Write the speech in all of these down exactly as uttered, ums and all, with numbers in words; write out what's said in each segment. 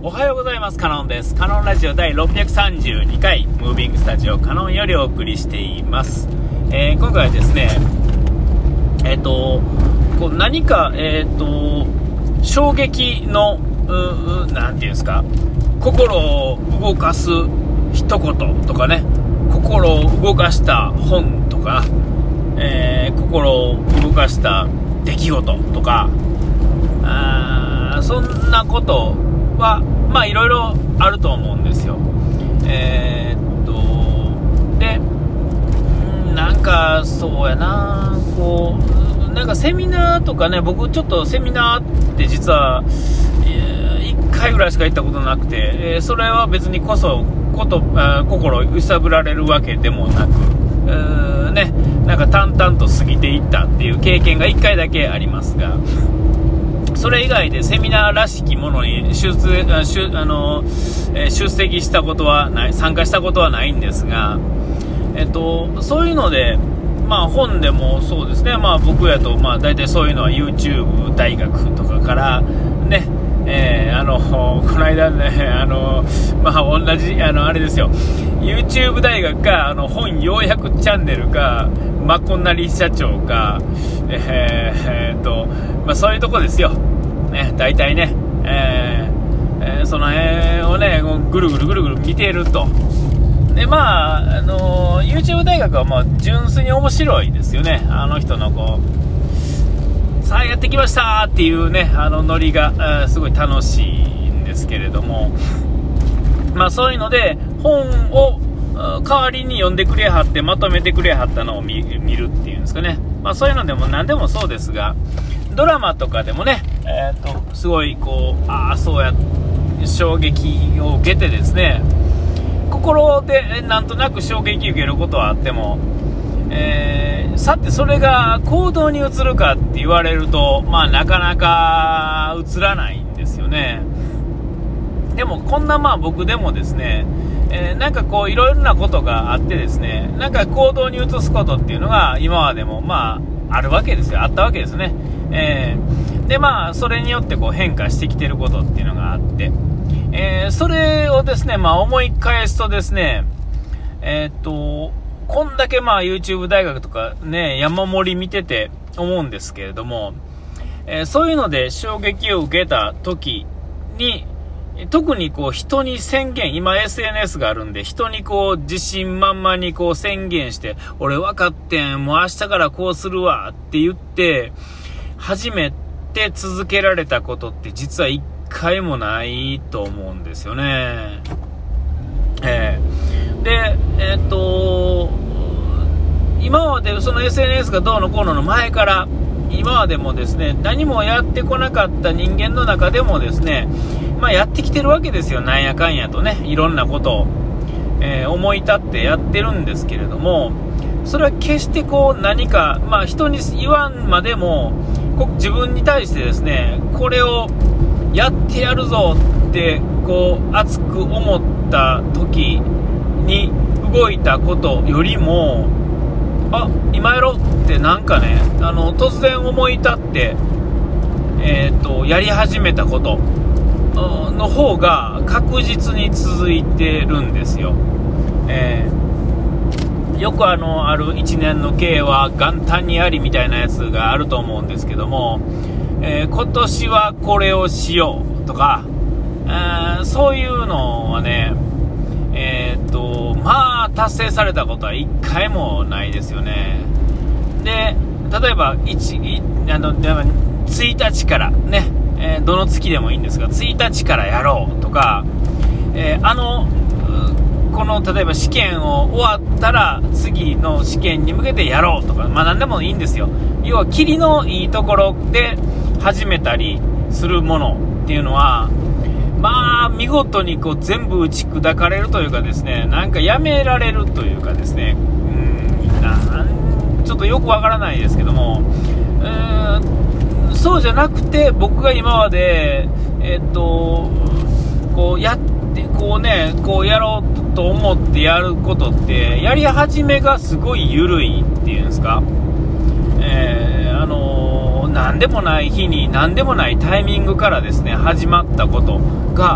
おはようございます。カノンです。カノンラジオ第ろっぴゃくさんじゅうにかいムービングスタジオカノンよりお送りしています。えー、今回はですねえっ、ー、とこう何かえっ、ー、と衝撃のううなんていうんですか、心を動かす一言とかね、心を動かした本とか、えー、心を動かした出来事とか、あそんなことはまあいろいろあると思うんですよ。えー、っとでなんかそうやな、こうなんかセミナーとかね、僕ちょっとセミナーって実はいっかいぐらいしか行ったことなくて、えー、それは別にこそこと心揺さぶられるわけでもなく、うーね、なんか淡々と過ぎていったっていう経験がいっかいだけありますが、それ以外でセミナーらしきものに 出, 出, あの、えー、出席したことはない、参加したことはないんですが、えっと、そういうので、まあ、本でもそうですね、まあ、僕やと、まあ、大体そういうのは YouTube 大学とかからね、えー、あのこの間ね、あの、まあ、同じあのあれですよ、 YouTube 大学かあの本要約チャンネルかまこなり社長か、えーえー、とまあ、そういうとこですよ、ね、大体ね、えーえー、その辺をねぐるぐるぐるぐる見ていると。でまあ、あの YouTube 大学はまあ純粋に面白いですよね。あの人のこうさあやってきましたっていうね、あのノリがすごい楽しいんですけれども、まあそういうので本を代わりに読んでくれはってまとめてくれはったのを 見, 見るっていうんですかね。まあそういうのでも何でもそうですが、ドラマとかでもね、えー、とすごいこうああそうや衝撃を受けてですね、心でなんとなく衝撃受けることはあっても、えー、さてそれが行動に移るかって言われると、まあなかなか移らないんですよね。でもこんなまあ僕でもですね、えー、なんかこういろいろなことがあってですね、なんか行動に移すことっていうのが今までもまああるわけですよ、あったわけですね。えー、でまあそれによってこう変化してきてることっていうのがあって、えー、それをですね、まあ思い返すとですね、えー、っとこんだけまあ YouTube 大学とかね山盛り見てて思うんですけれども、えー、そういうので衝撃を受けた時に特にこう人に宣言、今 エスエヌエス があるんで人にこう自信満々にこう宣言して、俺分かってん、もう明日からこうするわって言って初めて続けられたことって実は一回もないと思うんですよね。えー、でえー、っと今までその エスエヌエス がどうのこうのの前から今までもですね、何もやってこなかった人間の中でもですね、まあ、やってきてるわけですよ、なんやかんやとね、いろんなことを、えー、思い立ってやってるんですけれども、それは決してこう何か、まあ、人に言わんまでもこ自分に対してですね、これをやってやるぞってこう熱く思った時に動いたことよりも、あ、今やろってなんかね、あの突然思い立って、えー、とやり始めたことの方が確実に続いてるんですよ。えー、よくあのある一年の計は元旦にありみたいなやつがあると思うんですけども、えー、今年はこれをしようとか、えー、そういうのはね、えー、っとまあ達成されたことは一回もないですよね。で例えば 1, あのついたちからね、えー、どの月でもいいんですがついたちからやろうとか、えー、あのこの例えば試験を終わったら次の試験に向けてやろうとか、まあ何でもいいんですよ。要は霧のいいところで始めたりするものっていうのはまあ見事にこう全部打ち砕かれるというかですね、なんかやめられるというかですね、うーんなんちょっとよくわからないですけども、うーんそうじゃなくて僕が今までえっとこうやってこうねこうやろうと思ってやることってやり始めがすごい緩いっていうんですか、えー、あのー、何でもない日に何でもないタイミングからですね始まったことが、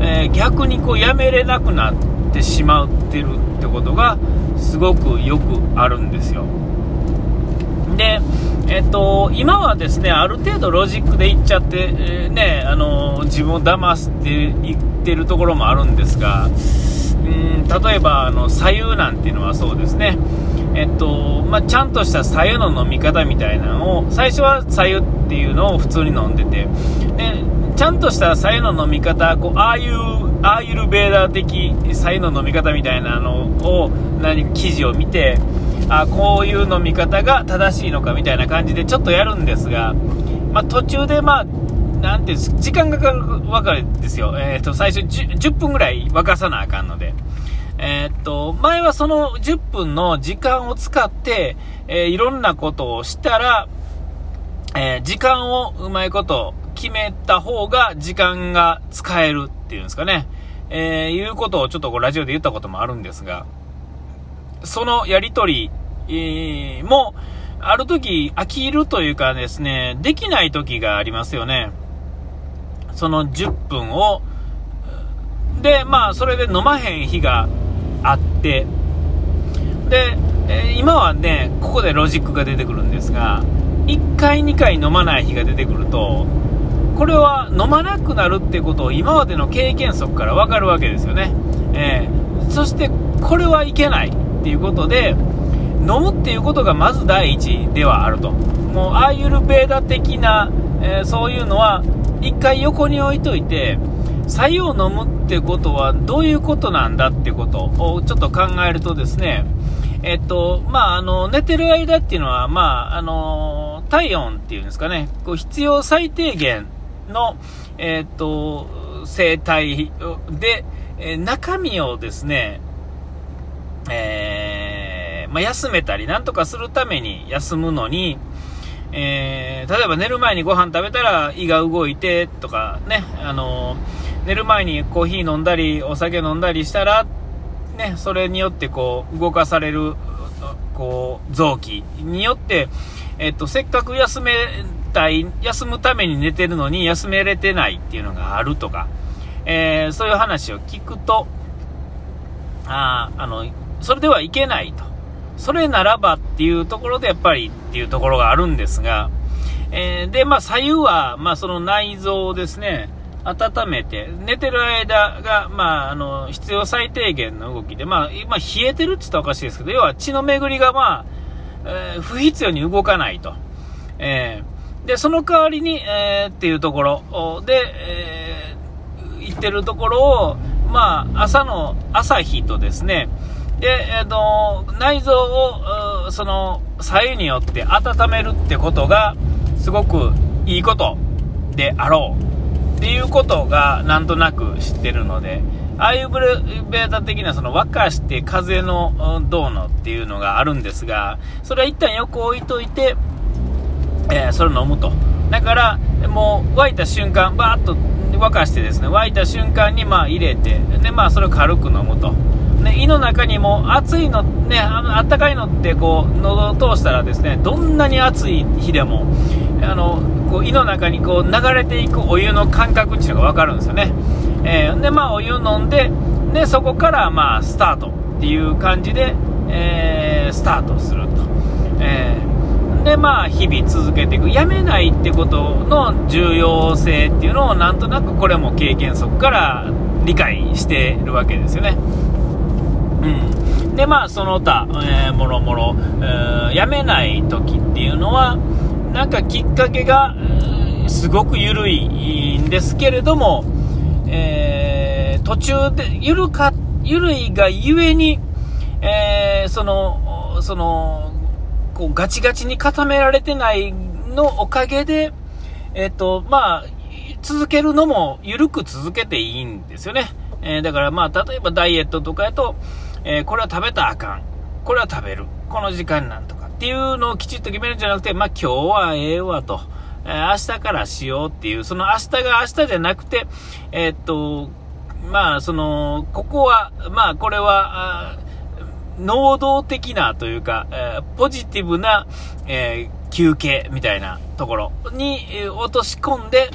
えー、逆にこうやめれなくなってしまってるってことがすごくよくあるんですよ。で、えっと、今はですね、ある程度ロジックでいっちゃって、えーね、あの自分を騙していってるところもあるんですが、うん、例えばあの左右なんていうのはそうですね、えっとまあ、ちゃんとした左右の飲み方みたいなのを、最初は左右っていうのを普通に飲んでて、でちゃんとした左右の飲み方、こうああいうアーユルベーダー的左右の飲み方みたいなのを何か記事を見て、あこういう飲み方が正しいのかみたいな感じでちょっとやるんですが、まあ、途中でまあなんていう時間がかかるわけですよ。えー、と最初 10, じゅっぷんぐらい沸かさなあかんので、えー、と前はそのじゅっぷんの時間を使って、えー、いろんなことをしたら、えー、時間をうまいこと決めた方が時間が使えるっていうんですかね、えー、いうことをちょっとこうラジオで言ったこともあるんですが、そのやりとり、えー、もある時飽きるというかですね、できない時がありますよね。そのじゅっぷんをで、まあそれで飲まへん日があって、で、えー、今はねここでロジックが出てくるんですが、いっかいにかい飲まない日が出てくると、これは飲まなくなるってことを今までの経験則から分かるわけですよね。えー、そしてこれはいけないっていうことで、飲むっていうことがまず第一ではあると。もうアーユルベーダ的な、えー、そういうのは一回横に置いといて、白湯を飲むってことはどういうことなんだってことをちょっと考えるとですね、えっとまああの寝てる間っていうのは、まああの体温っていうんですかね、こう必要最低限のえっと生態で、えー、中身をですね、えーまあ、休めたりなんとかするために休むのに、えー、例えば寝る前にご飯食べたら胃が動いてとかね、あの寝る前にコーヒー飲んだりお酒飲んだりしたら、ね、それによってこう動かされるこう臓器によって、えっと、せっかく休めたい休むために寝てるのに休めれてないっていうのがあるとか、えー、そういう話を聞くと、ああのそれではいけないと、それならばっていうところでやっぱりっていうところがあるんですが、えー、でまあ左右は、まあ、その内臓をですね温めて、寝てる間が、まあ、あの必要最低限の動きで、まあ、今冷えてるって言ったらおかしいですけど、要は血の巡りが、まあえー、不必要に動かないと、えー、でその代わりに、えー、っていうところで、えー、言ってるところを、まあ、朝の朝日とですね、で、えー、と内臓をその左右によって温めるってことがすごくいいことであろうっていうことがなんとなく知ってるので、アーユルベーダ的なその沸かして風のどうのっていうのがあるんですが、それは一旦横置いといて、えー、それを飲むと。だからもう沸いた瞬間バーッと沸かしてですね、沸いた瞬間にまあ入れて、でまあそれを軽く飲むと。ね、胃の中にも熱いのね、あの温かいのってこう喉を通したらですね、どんなに暑い日でもあのこう胃の中にこう流れていくお湯の感覚っていうのが分かるんですよね。えー、でまあお湯を飲んで、でそこからまあスタートっていう感じで、えー、スタートすると、えー、でまあ日々続けていく、やめないってことの重要性っていうのをなんとなくこれも経験則から理解してるわけですよね。うん、でまあその他、えー、もろもろ、えー、やめない時っていうのはなんかきっかけが、えー、すごく緩いんですけれども、えー、途中で緩か緩いがゆえに、えー、そのそのこうガチガチに固められてないのおかげで、えーとまあ、続けるのも緩く続けていいんですよね。えー、だからまあ例えばダイエットとかやと、えー、これは食べたらあかん、これは食べる、この時間なんとかっていうのをきちっと決めるんじゃなくて、まあ今日はええわと、えー、明日からしようっていう、その明日が明日じゃなくて、えー、っとまあそのここはまあこれは能動的なというか、えー、ポジティブな、えー、休憩みたいなところに、えー、落とし込んで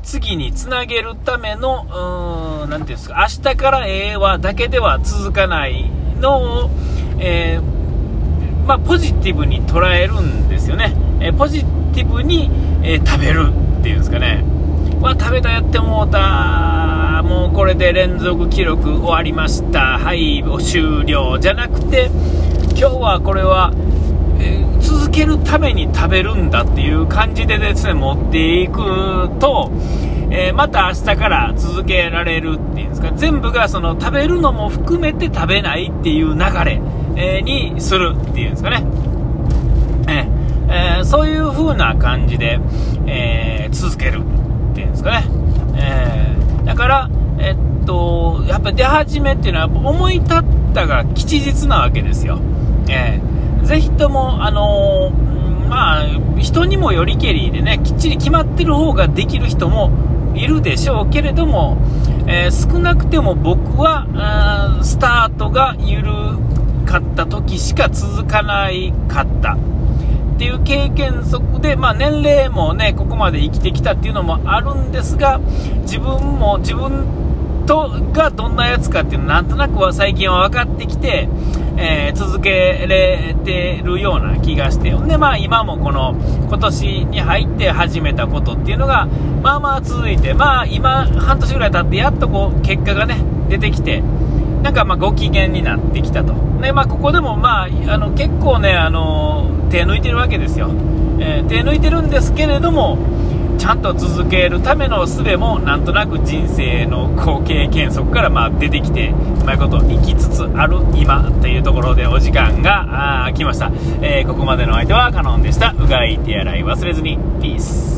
次につなげるための、うーん、なんていうんですか、明日からええわだけでは続かないのを、えー、まあ、ポジティブに捉えるんですよね。えー、ポジティブに、えー、食べるっていうんですかね。わ、食べたやってもうた、もうこれで連続記録終わりました、はい終了じゃなくて、今日はこれは、えー、続けるために食べるんだっていう感じでですね持っていくと、えー、また明日から続けられるっていうんですか、全部がその食べるのも含めて食べないっていう流れ、えー、にするっていうんですかね、えーえー、そういう風な感じで、えー、続けるっていうんですかね、えー、だからえっとやっぱり出始めっていうのは思い立ったが吉日なわけですよ。えー、ぜひともあのー、まあ人にもよりけりでね、きっちり決まってる方ができる人もいるでしょうけれども、えー、少なくても僕はスタートが緩かった時しか続かないかったっていう経験則で、まあ、年齢もねここまで生きてきたっていうのもあるんですが、自分も自分とがどんなやつかっていうのなんとなくは最近は分かってきて、えー、続けれてるような気がして、で、まあ、今もこの今年に入って始めたことっていうのがまあまあ続いて、まあ今半年ぐらい経ってやっとこう結果がね出てきて、なんかまあご機嫌になってきたと。で、まあ、ここでもまあ、あの結構ね、あの手抜いてるわけですよ。えー、手抜いてるんですけれども、ちゃんと続けるための術もなんとなく人生のこう経験則からまあ出てきて、うまいこと生きつつある今というところでお時間があ来ました。えー、ここまでの相手はカノンでした。うがい手洗い忘れずに。ピース。